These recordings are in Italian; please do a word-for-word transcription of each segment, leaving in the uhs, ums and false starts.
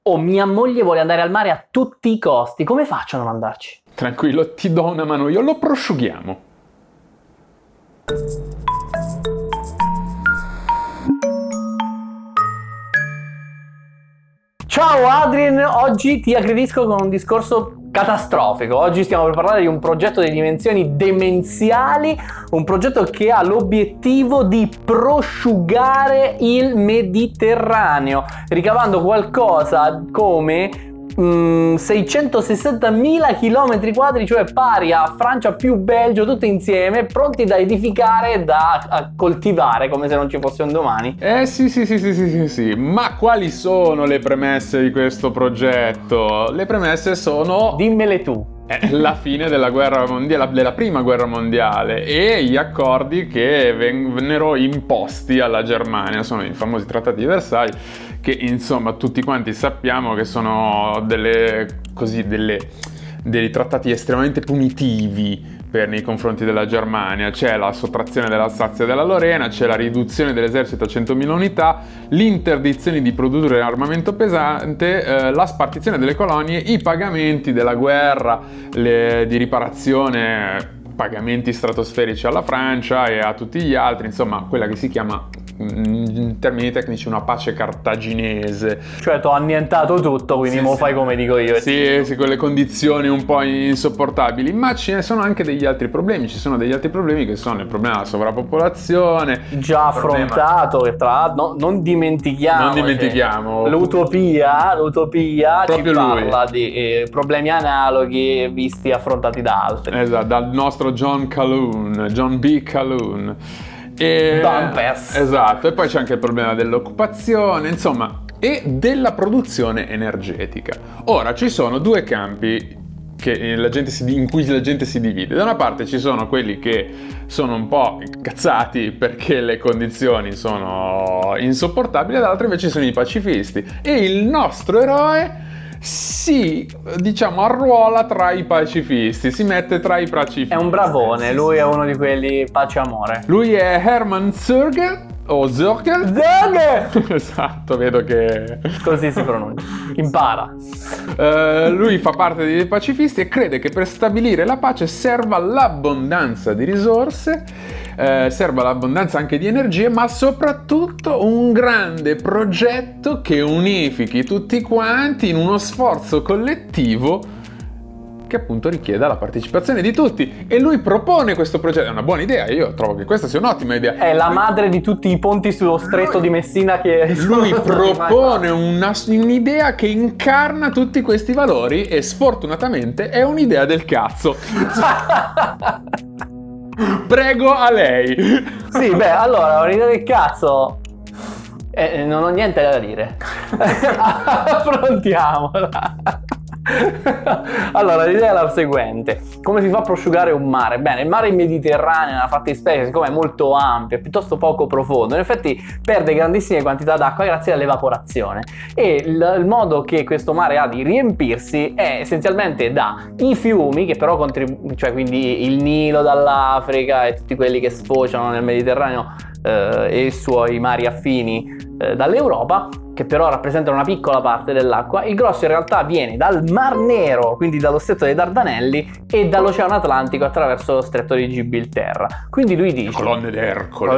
Oh, mia moglie vuole andare al mare a tutti i costi, come faccio a non andarci? Tranquillo, ti do una mano io, lo prosciughiamo. Ciao Adrien, oggi ti aggredisco con un discorso catastrofico. Oggi stiamo per parlare di un progetto di dimensioni demenziali, un progetto che ha l'obiettivo di prosciugare il Mediterraneo, ricavando qualcosa come mm, seicentosessantamila chilometri quadri, cioè pari a Francia più Belgio tutte insieme, pronti da edificare e da a coltivare come se non ci fosse un domani. Eh sì, sì, sì, sì, sì, sì, sì, ma quali sono le premesse di questo progetto? Le premesse sono... Dimmele tu. la fine della guerra mondiale, della prima guerra mondiale, e gli accordi che vennero imposti alla Germania, sono i famosi trattati di Versailles, che insomma tutti quanti sappiamo che sono delle, così, delle, dei trattati estremamente punitivi per nei confronti della Germania. C'è la sottrazione dell'Alsazia e della Lorena, c'è la riduzione dell'esercito a centomila unità, l'interdizione di produrre armamento pesante, eh, la spartizione delle colonie, i pagamenti della guerra, le, di riparazione, pagamenti stratosferici alla Francia e a tutti gli altri, insomma quella che si chiama in termini tecnici una pace cartaginese. Cioè t'ho annientato tutto, quindi sì, mo sì. fai come dico io. Sì, sì, quelle condizioni un po' insopportabili, ma ce ne sono anche degli altri problemi. Ci sono degli altri problemi che sono il problema della sovrappopolazione, già affrontato, che tra l'altro no, non dimentichiamo non dimentichiamo l'utopia, l'utopia proprio ci lui parla di eh, problemi analoghi visti affrontati da altri. Esatto, dal nostro John Calhoun, John B. Calhoun. E, Bumpers. Esatto, e poi c'è anche il problema dell'occupazione, insomma, e della produzione energetica. Ora, ci sono due campi che la gente si, in cui la gente si divide. Da una parte ci sono quelli che sono un po' incazzati perché le condizioni sono insopportabili, dall'altra invece sono i pacifisti. E il nostro eroe si, diciamo, arruola tra i pacifisti, si mette tra i pacifisti. È un bravone, lui è uno di quelli pace e amore. Lui è Hermann Zerger, o Zerger? Zerger! Esatto, vedo che... così si pronuncia, impara. Uh, lui fa parte dei pacifisti e crede che per stabilire la pace serva l'abbondanza di risorse, uh, serva l'abbondanza anche di energie, ma soprattutto un grande progetto che unifichi tutti quanti in uno sforzo collettivo che appunto richieda la partecipazione di tutti. E lui propone questo progetto. È una buona idea, io trovo che questa sia un'ottima idea. È la madre di tutti i ponti sullo stretto lui, di Messina che... Lui propone una, un'idea che incarna tutti questi valori e sfortunatamente è un'idea del cazzo. Prego, a lei. Sì, beh, allora, un'idea del cazzo... Eh, non ho niente da dire. Affrontiamola. Allora, l'idea è la seguente: come si fa a prosciugare un mare? Bene, il mare Mediterraneo, nella fattispecie, siccome è molto ampio, è piuttosto poco profondo, in effetti perde grandissime quantità d'acqua grazie all'evaporazione, e il, il modo che questo mare ha di riempirsi è essenzialmente da i fiumi, che però contribuiscono, cioè quindi il Nilo dall'Africa e tutti quelli che sfociano nel Mediterraneo eh, e i suoi mari affini eh, dall'Europa, che però rappresentano una piccola parte dell'acqua. Il grosso in realtà viene dal Mar Nero, quindi dallo stretto dei Dardanelli, e dall'Oceano Atlantico attraverso lo stretto di Gibilterra. Quindi lui dice... Colonne d'Ercole.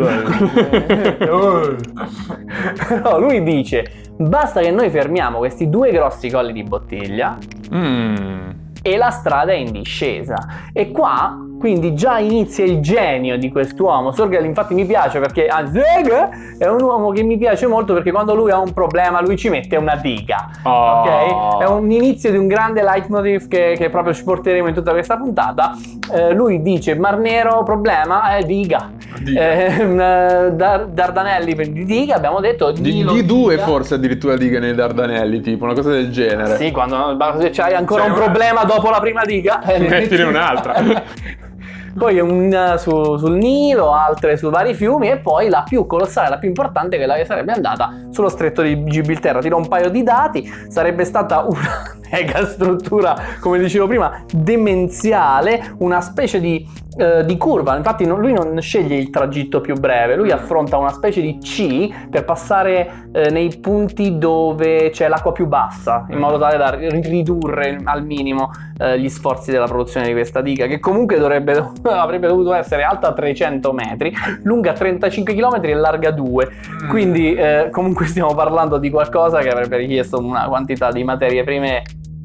No, lui dice: basta che noi fermiamo questi due grossi colli di bottiglia mm. e la strada è in discesa. E qua quindi già inizia il genio di quest'uomo. Zerger infatti mi piace perché ah, Zerger è un uomo che mi piace molto perché quando lui ha un problema lui ci mette una diga. Oh. Ok? È un inizio di un grande leitmotiv che, che proprio ci porteremo in tutta questa puntata. Eh, lui dice: Mar Nero, problema è diga. diga. Eh, Dar- Dardanelli per di diga, abbiamo detto di, Nilo, di due diga. Forse addirittura diga nei Dardanelli, tipo una cosa del genere. Sì, quando se c'hai ancora c'è un una... problema dopo la prima diga, eh, mettine un'altra. Poi un, su, sul Nilo, altre su vari fiumi, e poi la più colossale, la più importante, quella che sarebbe andata sullo stretto di Gibilterra. Tiro un paio di dati: sarebbe stata una mega struttura, come dicevo prima, demenziale, una specie di Uh, di curva. Infatti non, lui non sceglie il tragitto più breve, lui affronta una specie di C per passare uh, nei punti dove c'è l'acqua più bassa, in modo tale da ridurre al minimo uh, gli sforzi della produzione di questa diga, che comunque dovrebbe, avrebbe dovuto essere alta trecento metri, lunga trentacinque chilometri e larga due. Quindi uh, comunque stiamo parlando di qualcosa che avrebbe richiesto una quantità di materie prime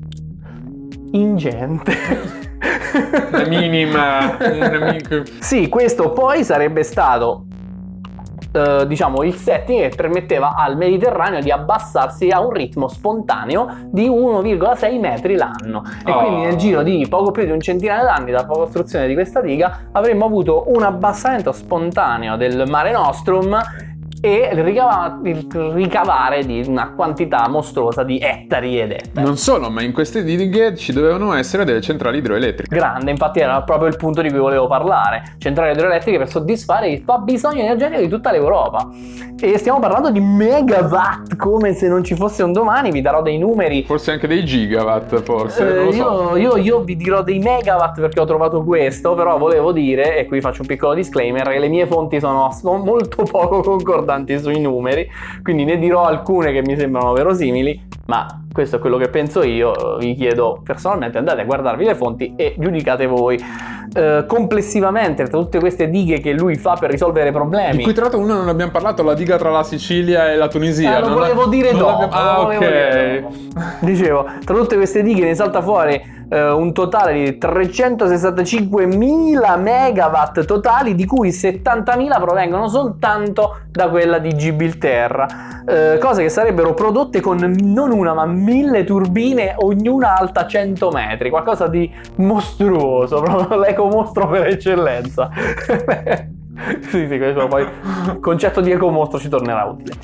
ingente. La minima, una mica... Sì, questo poi sarebbe stato eh, diciamo il setting che permetteva al Mediterraneo di abbassarsi a un ritmo spontaneo di uno virgola sei metri l'anno. E oh. quindi nel giro di poco più di un centinaio d'anni dalla costruzione di questa diga avremmo avuto un abbassamento spontaneo del Mare Nostrum e il, ricava- il ricavare di una quantità mostruosa di ettari ed ettari. Non solo, ma in queste dighe ci dovevano essere delle centrali idroelettriche. Grande, infatti era proprio il punto di cui volevo parlare. Centrali idroelettriche per soddisfare il fabbisogno energetico di tutta l'Europa. E stiamo parlando di megawatt, come se non ci fosse un domani. Vi darò dei numeri. Forse anche dei gigawatt, forse. Eh, non lo io, so. io, io vi dirò dei megawatt perché ho trovato questo, però volevo dire, e qui faccio un piccolo disclaimer, che le mie fonti sono molto poco concordanti sui numeri, quindi ne dirò alcune che mi sembrano verosimili, ma questo è quello che penso io. Vi chiedo personalmente, andate a guardarvi le fonti e giudicate voi. Uh, complessivamente, tra tutte queste dighe che lui fa per risolvere problemi, di cui tra l'altro uno non abbiamo parlato, la diga tra la Sicilia e la Tunisia. Eh, lo non volevo la... dire non dopo. Ah, ok. dire dopo. Dicevo, tra tutte queste dighe ne salta fuori un totale di trecentosessantacinquemila megawatt totali, di cui settantamila provengono soltanto da quella di Gibilterra, eh, cose che sarebbero prodotte con non una ma mille turbine, ognuna alta cento metri, qualcosa di mostruoso, proprio l'ecomostro per eccellenza. Sì, sì, questo poi il concetto di ecomostro ci tornerà utile.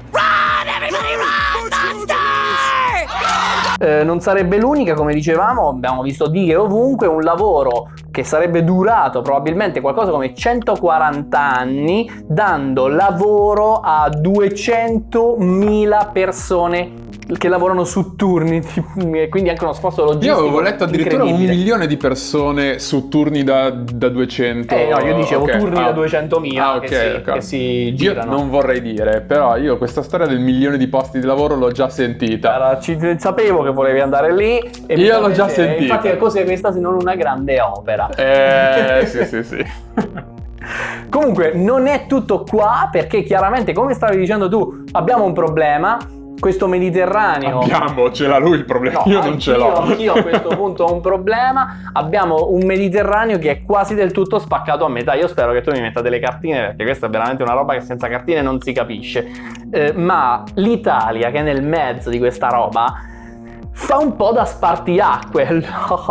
Eh, non sarebbe l'unica, come dicevamo, abbiamo visto dighe ovunque, un lavoro che sarebbe durato probabilmente qualcosa come centoquaranta anni, dando lavoro a duecentomila persone che lavorano su turni, quindi anche uno sforzo logistico. Io avevo letto addirittura un milione di persone su turni da, da duecento. Eh no, io dicevo okay. turni ah. da duecentomila ah, che, okay, si, okay. che si girano. Io non vorrei dire, però io questa storia del milione di posti di lavoro l'ho già sentita. Allora, ci, sapevo che volevi andare lì. E io l'ho già sentita. Infatti è così questa se non una grande opera. Eh, sì, sì, sì. Comunque non è tutto qua, perché chiaramente, come stavi dicendo tu, abbiamo un problema. Questo Mediterraneo. Abbiamo, ce l'ha lui il problema. No, io non ce l'ho. Anch'io a questo punto ho un problema. Abbiamo un Mediterraneo che è quasi del tutto spaccato a metà. Io spero che tu mi metta delle cartine, perché questa è veramente una roba che senza cartine non si capisce. Eh, ma l'Italia, che è nel mezzo di questa roba, fa un po' da spartiacque.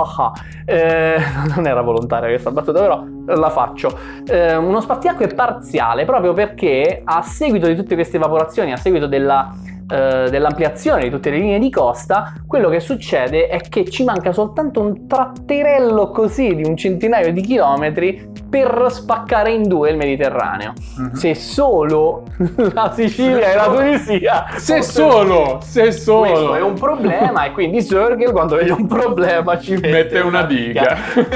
eh, non era volontaria questa battuta, però la faccio. Eh, uno spartiacque parziale, proprio perché a seguito di tutte queste evaporazioni, a seguito della Uh, dell'ampliazione di tutte le linee di costa, quello che succede è che ci manca soltanto un tratterello così di un centinaio di chilometri per spaccare in due il Mediterraneo. Uh-huh. Se solo la Sicilia e la Tunisia, se solo, se solo questo è un problema, e quindi Sergel, quando vede un problema, ci mette, mette una diga.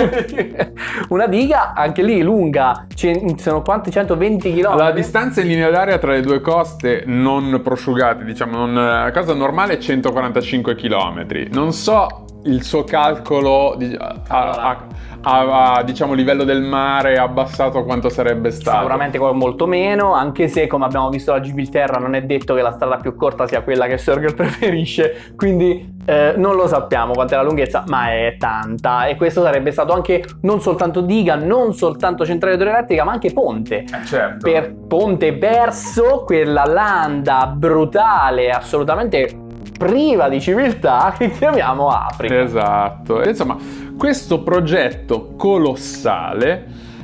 Una diga anche lì lunga, sono quanti? centoventi chilometri. La distanza in linea d'aria tra le due coste non prosciugate, diciamo, non, a casa normale è centoquarantacinque chilometri. Non so il suo calcolo di, a, a, a, a diciamo livello del mare abbassato quanto sarebbe stato. Sicuramente molto meno, anche se, come abbiamo visto la Gibilterra, non è detto che la strada più corta sia quella che Sergel preferisce, quindi eh, non lo sappiamo quant'è la lunghezza, ma è tanta. E questo sarebbe stato anche non soltanto diga, non soltanto centrale idroelettrica, ma anche ponte. Eh, certo. Per ponte verso quella landa brutale, assolutamente priva di civiltà, che chiamiamo Africa. Esatto. E insomma, questo progetto colossale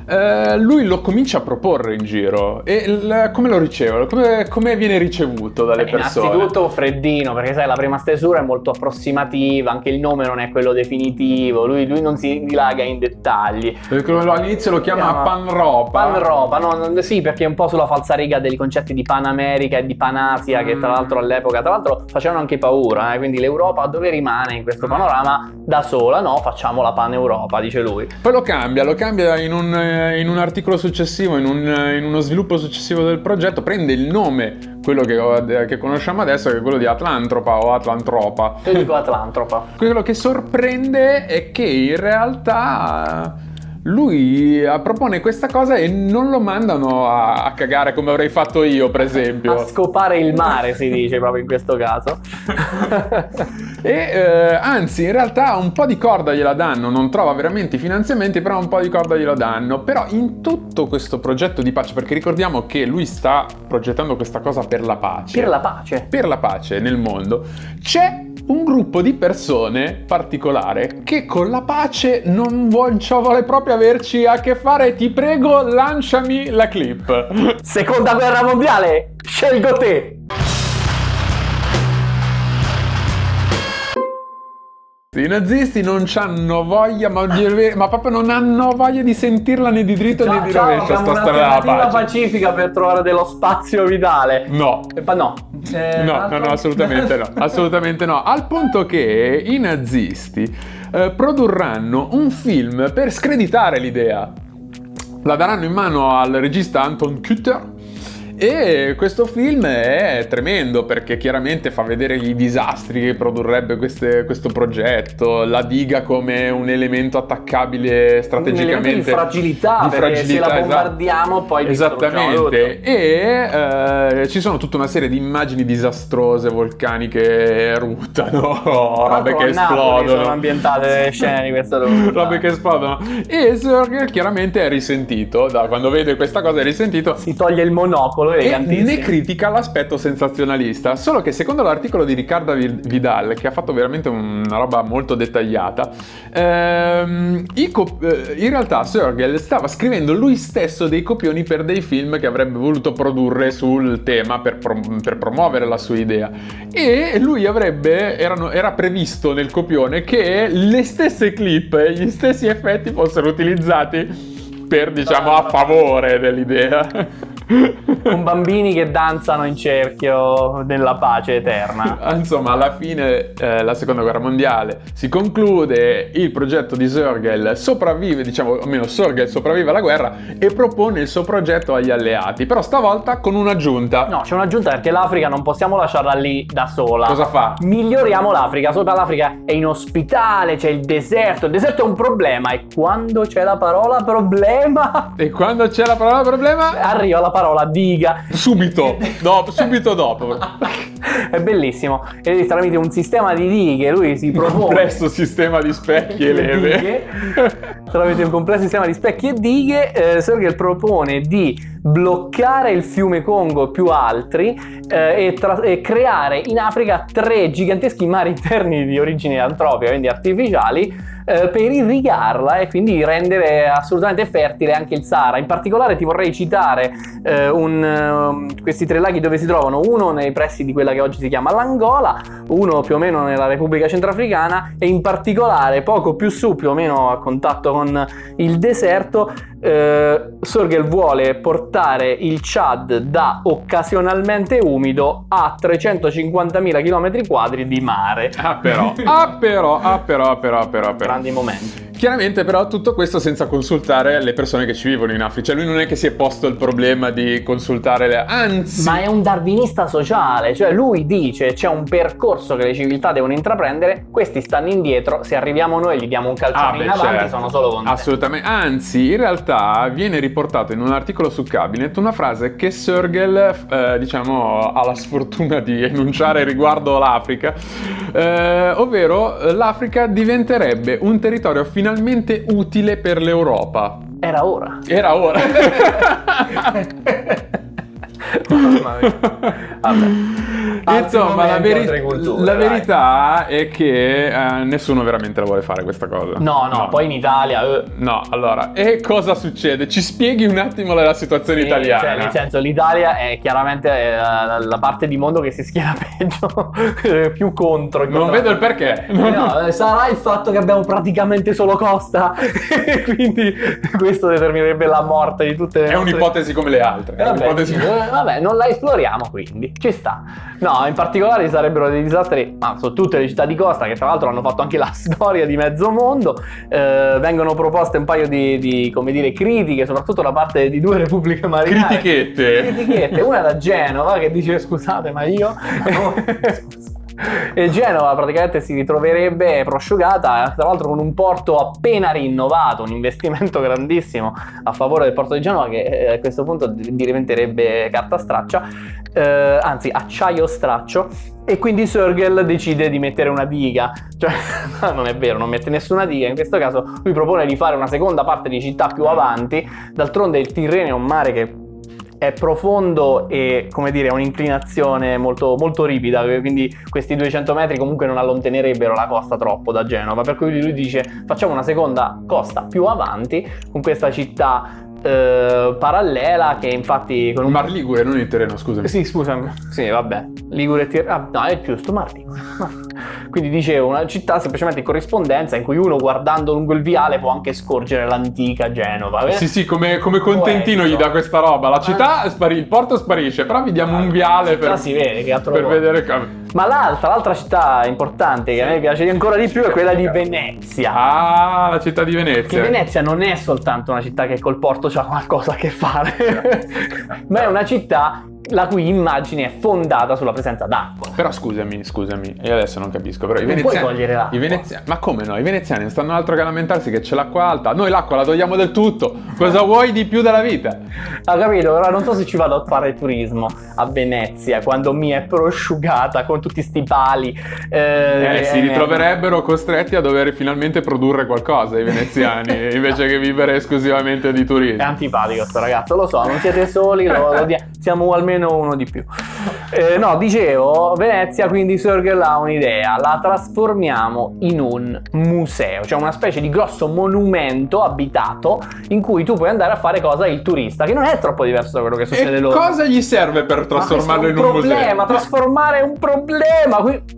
eh, lui lo comincia a proporre in giro. E il, come lo ricevono? Come, come viene ricevuto dalle Beh, persone? Innanzitutto freddino, perché sai, la prima stesura è molto approssimativa, anche il nome non è quello definitivo, lui, lui non si dilaga in dettagli. Perché all'inizio lo chiama Chiama Panropa. Panropa, no, no, sì, perché è un po' sulla falsariga dei concetti di Pan America e di Panasia, che tra l'altro all'epoca, tra l'altro facevano anche paura, eh? Quindi l'Europa dove rimane in questo panorama da sola? No, facciamo la Pan-Europa, dice lui. Poi lo cambia, lo cambia in un, in un articolo successivo, in, un, in uno sviluppo successivo del progetto, prende il nome, quello che, che conosciamo adesso, che è quello di Atlantropa o Atlantropa. Io dico Atlantropa. Quello che sorprende è che in realtà lui propone questa cosa e non lo mandano a, a cagare come avrei fatto io, per esempio. A scopare il mare, si dice proprio in questo caso. E eh, anzi, in realtà un po' di corda gliela danno, non trova veramente i finanziamenti, però un po' di corda gliela danno. Però in tutto questo progetto di pace, perché ricordiamo che lui sta progettando questa cosa per la pace. Per la pace. Per la pace nel mondo, c'è un gruppo di persone particolare che con la pace non vuole, cioè vuole proprio averci a che fare. Ti prego, lanciami la clip. Seconda guerra mondiale, scelgo te. I nazisti non c'hanno voglia, ma, di, ma proprio non hanno voglia di sentirla né di dritto né di rovescio sta storia della un'alternativa pace. pacifica per trovare dello spazio vitale. No. Eh, ma no. Eh, No, altro? no, no, assolutamente no, assolutamente no. Al punto che i nazisti eh, produrranno un film per screditare l'idea. La daranno in mano al regista Anton Kutter. E questo film è tremendo perché chiaramente fa vedere i disastri che produrrebbe queste, questo progetto, la diga come un elemento attaccabile strategicamente. Un elemento di fragilità, di perché fragilità, se la bombardiamo esatto. poi esattamente. E eh, ci sono tutta una serie di immagini disastrose, vulcaniche eruttano, robe che esplodono. Sono ambientate le scene di questa roba. Robe che esplodono. E Sörgel chiaramente è risentito, da quando vede questa cosa è risentito. Si toglie il monocolo. E ne critica l'aspetto sensazionalista, solo che secondo l'articolo di Riccardo Vidal, che ha fatto veramente una roba molto dettagliata, ehm, i cop- in realtà Sörgel stava scrivendo lui stesso dei copioni per dei film che avrebbe voluto produrre sul tema per, prom- per promuovere la sua idea, e lui avrebbe erano, era previsto nel copione che le stesse clip e gli stessi effetti fossero utilizzati per, diciamo, a favore dell'idea. Con bambini che danzano in cerchio nella pace eterna. Insomma, alla fine eh, la seconda guerra mondiale si conclude, il progetto di Sörgel sopravvive, diciamo, o almeno Sörgel sopravvive alla guerra e propone il suo progetto agli alleati, però stavolta con un'aggiunta. No, c'è un'aggiunta perché l'Africa non possiamo lasciarla lì da sola. Cosa fa? Miglioriamo l'Africa, sopra l'Africa è inospitale, c'è il deserto, il deserto è un problema, e quando c'è la parola problema... E quando c'è la parola problema... arriva la parola diga. Subito, dopo, subito dopo. È bellissimo. E tramite un sistema di dighe lui si propone un complesso sistema di specchi e leve. dighe, tramite un complesso sistema di specchi e dighe eh, Sörgel propone di bloccare il fiume Congo e più altri eh, e, tra- e creare in Africa tre giganteschi mari interni di origine antropica, quindi artificiali, eh, per irrigarla e quindi rendere assolutamente fertile anche il Sahara. In particolare ti vorrei citare eh, un, um, questi tre laghi dove si trovano, uno nei pressi di quella che oggi si chiama l'Angola, uno più o meno nella Repubblica Centrafricana, e in particolare poco più su, più o meno a contatto con il deserto, eh, Sörgel vuole portare il Chad da occasionalmente umido a trecentocinquantamila chilometri quadri di mare. Ah però, ah però, ah però, però, però, però. Grandi momenti. Chiaramente però tutto questo senza consultare le persone che ci vivono in Africa, cioè lui non è che si è posto il problema di consultare le... anzi... Ma è un darwinista sociale, cioè lui dice c'è un percorso che le civiltà devono intraprendere, questi stanno indietro, se arriviamo noi gli diamo un calcione Ah, beh, in avanti, certo. sono solo contenti. Assolutamente, anzi in realtà viene riportato in un articolo su Cabinet una frase che Sörgel eh, diciamo ha la sfortuna di enunciare riguardo l'Africa, eh, ovvero l'Africa diventerebbe un territorio finalmente utile per l'Europa. Era ora. Era ora. Mamma mia. Vabbè. Insomma, la, veri- la verità è che eh, nessuno veramente la vuole fare questa cosa. No, no, no. Poi in Italia... Eh. No, allora, e cosa succede? Ci spieghi un attimo la situazione sì, italiana? Cioè, nel senso, l'Italia è chiaramente la, la parte di mondo che si schiera peggio, più contro. Non vedo il perché. No, sarà il fatto che abbiamo praticamente solo costa, quindi questo determinerebbe la morte di tutte le È nostre... un'ipotesi come le altre. Eh, vabbè, un'ipotesi... sì, vabbè, non la esploriamo, quindi ci sta. No, in particolare ci sarebbero dei disastri, ma su tutte le città di costa, che tra l'altro hanno fatto anche la storia di mezzo mondo. Eh, vengono proposte un paio di, di, come dire, critiche, soprattutto da parte di due repubbliche marinare. Critichette. Critichette. Una da Genova che dice: scusate, ma io... E Genova praticamente si ritroverebbe prosciugata, tra l'altro con un porto appena rinnovato, un investimento grandissimo a favore del porto di Genova, che a questo punto diventerebbe carta straccia, eh, anzi acciaio straccio. E quindi Sörgel decide di mettere una diga, cioè non è vero, non mette nessuna diga, in questo caso lui propone di fare una seconda parte di città più avanti. D'altronde il Tirreno è un mare che è profondo e, come dire, ha un'inclinazione molto, molto ripida, quindi questi duecento metri comunque non allontanerebbero la costa troppo da Genova, per cui lui dice: facciamo una seconda costa più avanti con questa città eh, parallela, che infatti con un Mar Ligure, non il Tirreno, scusami. Sì, scusami. Sì, vabbè. Ligure e Tirreno. Ah, no, è giusto, Mar Ligure. Quindi dicevo, una città semplicemente in corrispondenza, in cui uno, guardando lungo il viale, può anche scorgere l'antica Genova. Eh? Sì, sì, come, come Contentino gli dà questa roba. La città spari, il porto sparisce, però vi diamo un viale per, si vede che per vedere. Ma l'altra, l'altra città importante che a me piace ancora di più è quella di Venezia. Ah, la città di Venezia. Che Venezia non è soltanto una città che col porto c'ha qualcosa a che fare, ma è una città la cui immagine è fondata sulla presenza d'acqua. Però scusami, scusami, io adesso non capisco, però i non veneziani, puoi togliere l'acqua. I veneziani, ma come no? I veneziani non stanno altro che a lamentarsi che c'è l'acqua alta. Noi l'acqua la togliamo del tutto. Cosa vuoi di più dalla vita? Ho capito, però non so se ci vado a fare turismo a Venezia quando mi è prosciugata con tutti sti pali. Eh, eh si ritroverebbero costretti a dover finalmente produrre qualcosa i veneziani invece che vivere esclusivamente di turismo. È antipatico sto ragazzo, lo so, non siete soli, lo, lo dia- siamo almeno uno di più. Eh, no, dicevo, Venezia, quindi Sörgel ha un'idea, la trasformiamo in un museo, cioè una specie di grosso monumento abitato in cui tu puoi andare a fare cosa il turista, che non è troppo diverso da quello che succede e loro. Cosa gli serve per trasformarlo in un, un problema, museo? Ma trasformare un problema, qui...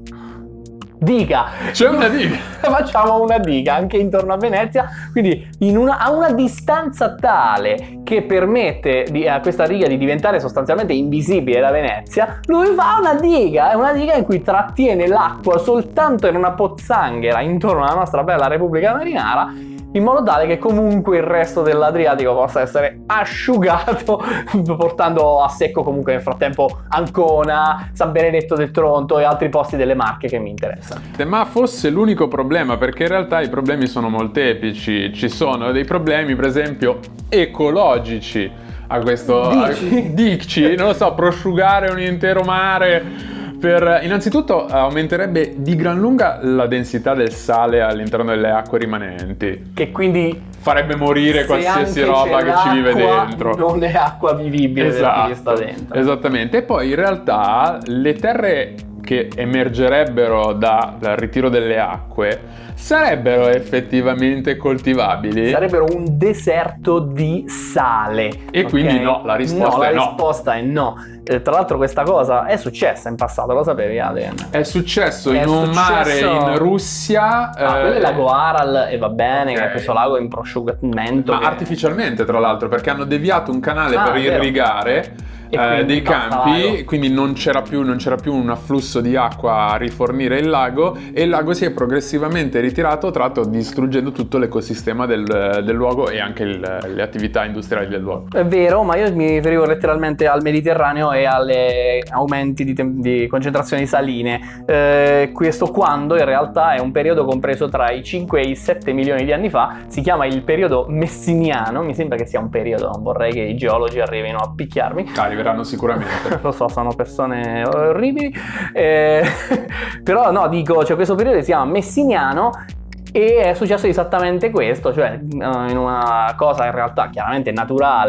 diga, c'è una diga, facciamo una diga anche intorno a Venezia, quindi in una, a una distanza tale che permette di, a questa diga di diventare sostanzialmente invisibile da Venezia. Lui fa una diga, è una diga in cui trattiene l'acqua soltanto in una pozzanghera intorno alla nostra bella Repubblica Marinara, in modo tale che comunque il resto dell'Adriatico possa essere asciugato, portando a secco comunque nel frattempo Ancona, San Benedetto del Tronto e altri posti delle Marche che mi interessano. Ma fosse l'unico problema, perché in realtà i problemi sono molteplici. Ci sono dei problemi, per esempio, ecologici a questo... Dici? A, dici, non lo so, prosciugare un intero mare... Per, innanzitutto aumenterebbe di gran lunga la densità del sale all'interno delle acque rimanenti, che quindi farebbe morire qualsiasi roba che ci vive dentro. Non è acqua vivibile, esatto, che sta dentro. Esattamente. E poi in realtà le terre che emergerebbero dal ritiro delle acque sarebbero effettivamente coltivabili? Sarebbero un deserto di sale. E okay? Quindi no, la risposta no, è la no. risposta è no. Eh, tra l'altro questa cosa è successa in passato, lo sapevi, Adrian? È successo è in un successo... mare in Russia. Ah, eh... quello è il lago Aral e va bene, okay. Che è questo lago in prosciugamento. Ma che... artificialmente, tra l'altro, perché hanno deviato un canale ah, per irrigare eh, dei campi, quindi non c'era più non c'era più un afflusso di acqua a rifornire il lago, e il lago si è progressivamente ritirato, tra l'altro distruggendo tutto l'ecosistema del, del luogo e anche il, le attività industriali del luogo. È vero, ma io mi riferivo letteralmente al Mediterraneo e alle aumenti di, tem- di concentrazioni saline. Eh, questo quando in realtà è un periodo compreso tra i cinque e i sette milioni di anni fa, si chiama il periodo messiniano, mi sembra che sia un periodo, non vorrei che i geologi arrivino a picchiarmi. Arriveranno sicuramente. Lo so, sono persone orribili, eh, però no, dico, cioè questo periodo si chiama messiniano. E è successo esattamente questo, cioè in una cosa in realtà chiaramente naturale,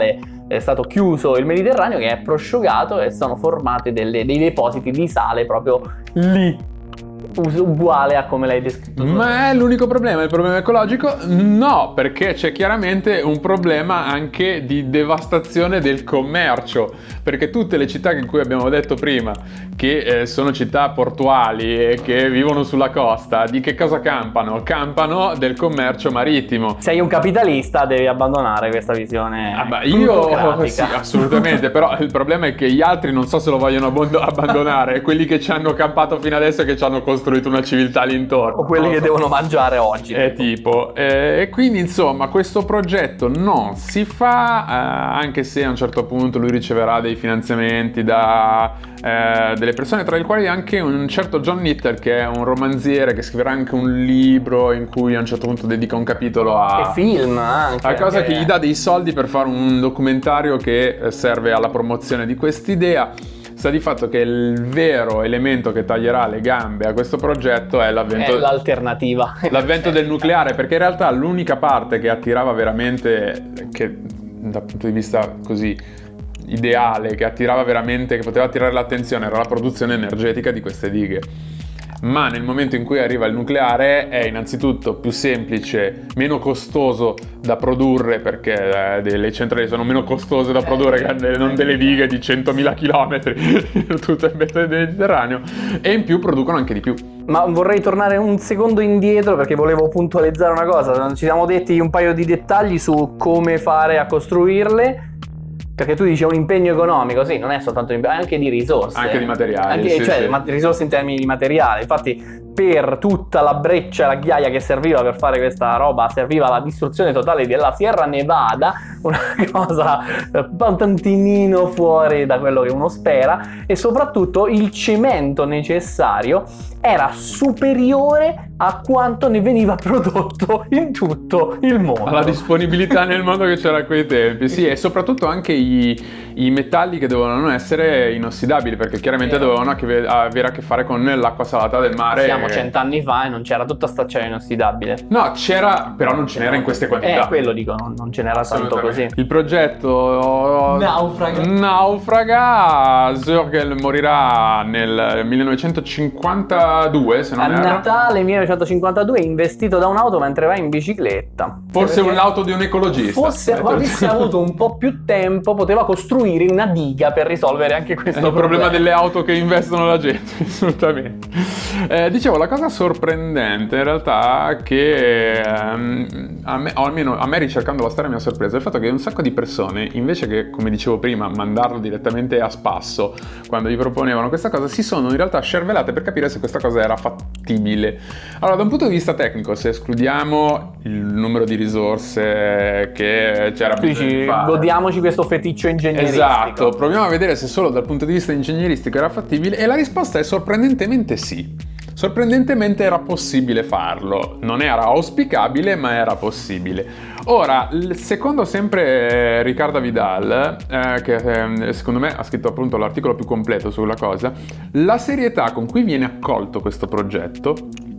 è stato chiuso il Mediterraneo, che è prosciugato e sono formati delle, dei depositi di sale proprio lì, uguale a come l'hai descritto. Ma è l'unico problema, il problema ecologico? No, perché c'è chiaramente un problema anche di devastazione del commercio, perché tutte le città in cui abbiamo detto prima che eh, sono città portuali e che vivono sulla costa, di che cosa campano? Campano del commercio marittimo. Sei un capitalista, devi abbandonare questa visione. Ah, beh, io sì, assolutamente, però il problema è che gli altri non so se lo vogliono abbond- abbandonare, quelli che ci hanno campato fino adesso e che ci hanno costruito una civiltà all'intorno. O quelli no, che so. devono mangiare oggi. È tipo, eh, e quindi insomma questo progetto non si fa, eh, anche se a un certo punto lui riceverà dei finanziamenti da eh, delle persone, tra le quali anche un certo John Little, che è un romanziere che scriverà anche un libro in cui a un certo punto dedica un capitolo a... E film anche. A cosa anche... che gli dà dei soldi per fare un documentario che serve alla promozione di quest'idea. Sta di fatto che il vero elemento che taglierà le gambe a questo progetto è l'avvento, è l'alternativa. l'avvento del nucleare, perché in realtà l'unica parte che attirava veramente, che dal punto di vista così ideale, che attirava veramente, che poteva attirare l'attenzione, era la produzione energetica di queste dighe. Ma nel momento in cui arriva il nucleare è innanzitutto più semplice, meno costoso da produrre, perché eh, le centrali sono meno costose da produrre che non delle dighe di centomila chilometri tutto il Mediterraneo, e in più producono anche di più. Ma vorrei tornare un secondo indietro perché volevo puntualizzare una cosa. Ci siamo detti un paio di dettagli su come fare a costruirle. Perché tu dici un impegno economico, sì, non è soltanto un impegno, anche di risorse. Anche di materiali. Anche, sì, cioè, sì. ma- risorse in termini di materiale. Infatti, per tutta la breccia, la ghiaia che serviva per fare questa roba, serviva la distruzione totale della Sierra Nevada, una cosa un tantinino fuori da quello che uno spera, e soprattutto il cemento necessario era superiore a quanto ne veniva prodotto in tutto il mondo. Alla disponibilità nel mondo che c'era a quei tempi, sì, e soprattutto anche i, i metalli che dovevano essere inossidabili, perché chiaramente Vero. dovevano a che- avere a che fare con l'acqua salata del mare. Siamo cent'anni fa e non c'era tutta sta acciaio inossidabile. No, c'era, però non ce n'era in queste quantità. Eh, quello dico, non, non ce n'era tanto così. Il progetto Naufraga. naufraga. Zörgel morirà nel millenovecentocinquantadue, se A non erro. Natale millenovecentocinquantadue, investito da un'auto mentre va in bicicletta. Forse Perché un'auto di un ecologista. Fosse, avesse avuto un po' più tempo, poteva costruire una diga per risolvere anche È questo il problema delle auto che investono la gente, assolutamente. Eh, dicevo, la cosa sorprendente in realtà è che ehm, a me, o almeno a me ricercando la storia mi ha sorpreso il fatto che un sacco di persone, invece che, come dicevo prima, mandarlo direttamente a spasso quando gli proponevano questa cosa, si sono in realtà scervelate per capire se questa cosa era fattibile. Allora, da un punto di vista tecnico, se escludiamo il numero di risorse che c'era Tu bisogno di dici, fare, godiamoci questo feticcio ingegneristico. esatto, proviamo a vedere se solo dal punto di vista ingegneristico era fattibile, e la risposta è sorprendentemente sì. Sorprendentemente era possibile farlo, non era auspicabile ma era possibile. Ora, l- secondo sempre eh, Riccardo Vidal, eh, che eh, secondo me ha scritto appunto l'articolo più completo sulla cosa, la serietà con cui viene accolto questo progetto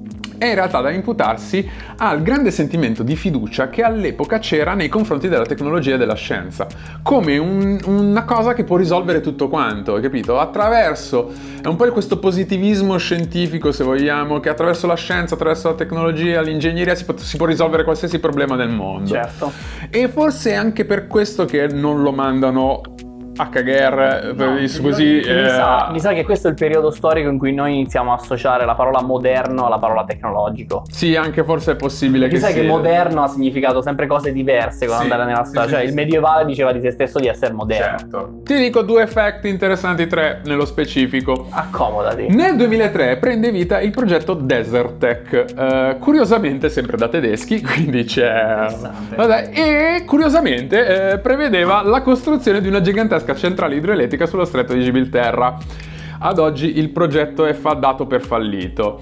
è in realtà da imputarsi al grande sentimento di fiducia che all'epoca c'era nei confronti della tecnologia e della scienza, come un- una cosa che può risolvere tutto quanto, hai capito? Attraverso, è un po' questo positivismo scientifico, se vogliamo, che attraverso la scienza, attraverso la tecnologia, l'ingegneria si può, si può risolvere qualsiasi problema del mondo. Certo. E forse è anche per questo che non lo mandano a cagare, No, così... mi, eh, sa, mi sa che questo è il periodo storico in cui noi iniziamo a associare la parola moderno alla parola tecnologico. Sì, anche forse è possibile Perché che sai sia. che moderno ha significato sempre cose diverse con Sì, andare nella sì, storia. sì, Cioè sì, il sì. medievale diceva di se stesso di essere moderno. Certo. Ti dico due fact interessanti, tre nello specifico. Accomodati. Nel duemilatré prende vita il progetto Desertec, eh, curiosamente sempre da tedeschi, quindi c'è... Interessante. Vabbè, e curiosamente eh, prevedeva la costruzione di una gigantesca centrale idroelettrica sullo stretto di Gibilterra. Ad oggi il progetto è fa- dato per fallito.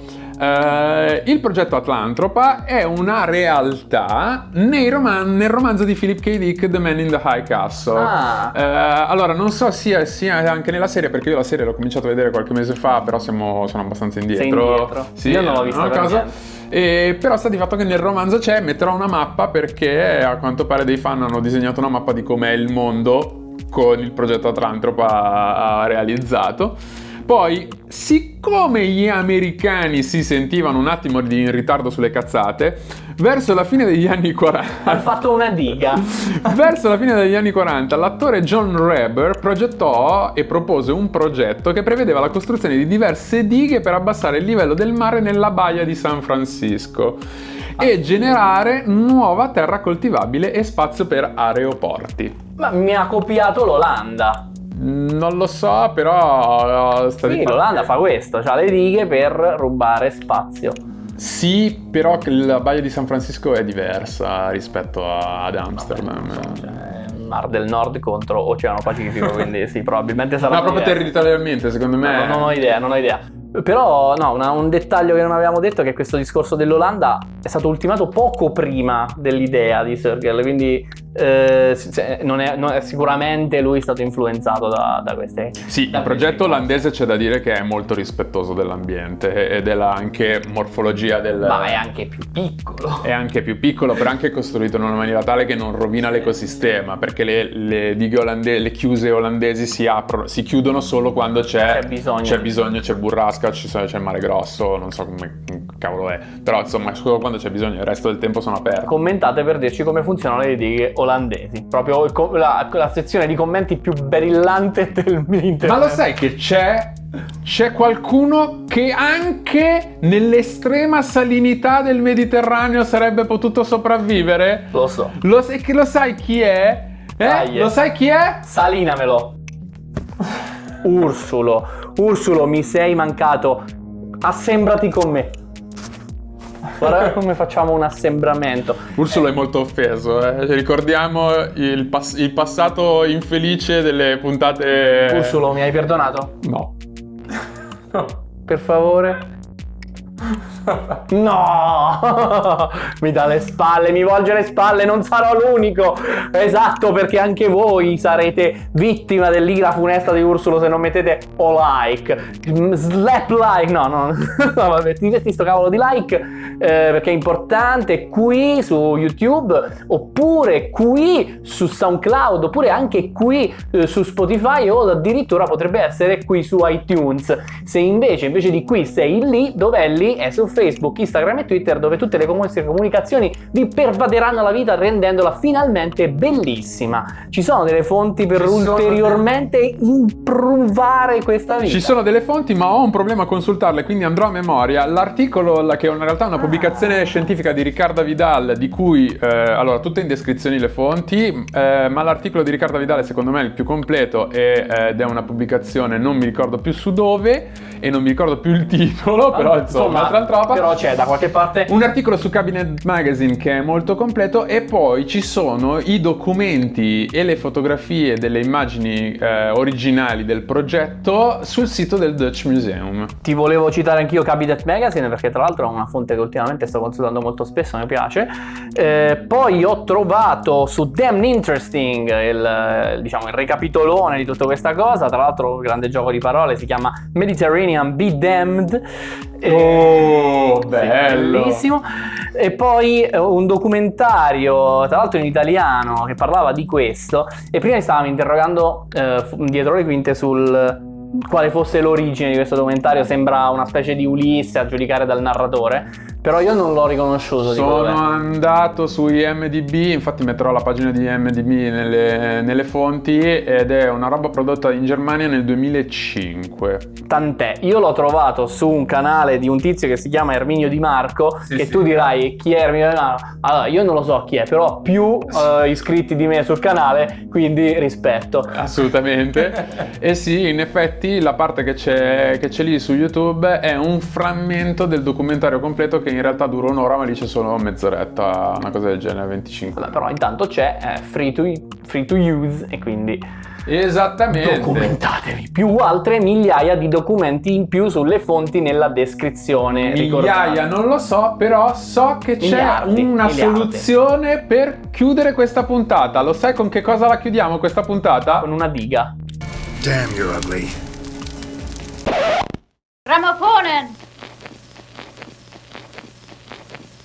Eh, il progetto Atlantropa è una realtà nei roman- nel romanzo di Philip K. Dick, The Man in the High Castle. Ah. Eh, allora, non so sia, sia anche nella serie, perché io la serie l'ho cominciato a vedere qualche mese fa, però siamo, sono abbastanza indietro. Sei indietro. Sì, Io non l'ho vista una per cosa. niente. E però sta di fatto che nel romanzo c'è, metterò una mappa perché a quanto pare dei fan hanno disegnato una mappa di com'è il mondo con il progetto Atlantropa ha, ha realizzato. Poi, siccome gli americani si sentivano un attimo di in ritardo sulle cazzate, verso la fine degli anni quaranta... Ha fatto una diga. Verso la fine degli anni quaranta, l'attore John Reber progettò e propose un progetto che prevedeva la costruzione di diverse dighe per abbassare il livello del mare nella baia di San Francisco e generare nuova terra coltivabile e spazio per aeroporti. Ma mi ha copiato l'Olanda. Non lo so, però sta Sì, di fatto l'Olanda che- fa questo, ha le dighe per rubare spazio. Sì, però che la baia di San Francisco è diversa rispetto a- ad Amsterdam. Cioè, Mar del Nord contro Oceano Pacifico, quindi sì, probabilmente sarà No, proprio territorialmente, secondo me. No, non ho idea, non ho idea. Però, no, una- un dettaglio che non avevamo detto è che questo discorso dell'Olanda è stato ultimato poco prima dell'idea di Sergel, quindi eh, se- non è, non è- sicuramente lui è stato influenzato da, da queste... Sì, da il progetto queste olandese c'è da dire che è molto rispettoso dell'ambiente e della anche morfologia del... cose. Ma è anche più piccolo. È anche più piccolo, però anche costruito in una maniera tale che non rovina l'ecosistema, perché le, le dighe olandesi, le chiuse olandesi si aprono, si chiudono solo quando c'è, C'è bisogno. c'è bisogno, c'è burrasca, ci sono- c'è il mare grosso, non so come cavolo è, però insomma solo quando c'è bisogno, il resto del tempo sono aperte. Commentate per dirci come funzionano le dighe olandesi. Proprio il co- la, la sezione di commenti più brillante del internet. Ma lo sai che c'è, c'è qualcuno che anche nell'estrema salinità del Mediterraneo sarebbe potuto sopravvivere? Lo so. Lo sai, che lo sai chi è? Eh? Dai, eh. Lo sai chi è? Salinamelo. Ursulo. Ursulo, mi sei mancato. Assembrati con me. Guarda come facciamo un assembramento. Ursulo è molto offeso, eh. Ricordiamo il, pass- il passato infelice delle puntate... Ursulo, mi hai perdonato? No. Per favore. No! Mi dà le spalle, mi volge le spalle, non sarò l'unico. Esatto, perché anche voi sarete vittima dell'ira funesta di Ursulo se non mettete o like. Slap like. No, no, no, vabbè, mettete sto cavolo di like eh, perché è importante qui su YouTube, oppure qui su SoundCloud, oppure anche qui eh, su Spotify, o addirittura potrebbe essere qui su iTunes. Se invece invece di qui sei lì, dov'è lì? È su Facebook, Instagram e Twitter, dove tutte le comu- comunicazioni vi pervaderanno la vita rendendola finalmente bellissima. Ci sono delle fonti per Ci sono ulteriormente improvare questa vita. Ci sono delle fonti, ma ho un problema a consultarle, quindi andrò a memoria. L'articolo, la- che in realtà è una pubblicazione scientifica di Riccardo Vidal, di cui, eh, allora, tutte in descrizioni le fonti, eh, ma l'articolo di Riccardo Vidal secondo me è il più completo e, eh, ed è una pubblicazione, non mi ricordo più su dove e non mi ricordo più il titolo, però insomma, Atlantropa. però c'è da qualche parte. Un articolo su Cabinet Magazine che è molto completo, e poi ci sono i documenti e le fotografie delle immagini eh, originali del progetto sul sito del Dutch Museum. Ti volevo citare anch'io Cabinet Magazine, perché tra l'altro è una fonte che ultimamente sto consultando molto spesso, mi piace. Eh, poi ho trovato su Damn Interesting il, diciamo, il ricapitolone di tutta questa cosa. Tra l'altro, grande gioco di parole, si chiama Mediterranean Be Damned. Oh, Sì, bello! bellissimo. E poi eh, un documentario, tra l'altro in italiano, che parlava di questo. E prima mi stavamo interrogando eh, fu- dietro le quinte sul quale fosse l'origine di questo documentario. Sembra una specie di Ulisse, a giudicare dal narratore, però io non l'ho riconosciuto. Sono Dico, andato su I M D B, infatti metterò la pagina di I M D B nelle, nelle fonti, ed è una roba prodotta in Germania nel duemilacinque. tant'è, io l'ho trovato su un canale di un tizio che si chiama Erminio Di Marco, Sì, che sì. tu dirai chi è Erminio Di Marco. Allora, io non lo so chi è, però ho più eh, iscritti di me sul canale, quindi rispetto. Assolutamente. E sì, in effetti la parte che c'è, che c'è lì su YouTube è un frammento del documentario completo, che in realtà dura un'ora, ma lì c'è solo mezz'oretta, una cosa del genere, venticinque. Vabbè, però intanto c'è eh, free, to, free to use, e quindi Esattamente. documentatevi. Più altre migliaia di documenti in più sulle fonti nella descrizione. Migliaia ricordate. non lo so, però so che c'è Miliardi, una miliardi. soluzione per chiudere questa puntata. Lo sai con che cosa la chiudiamo questa puntata? Con una diga. Damn, you're ugly. Gramophone!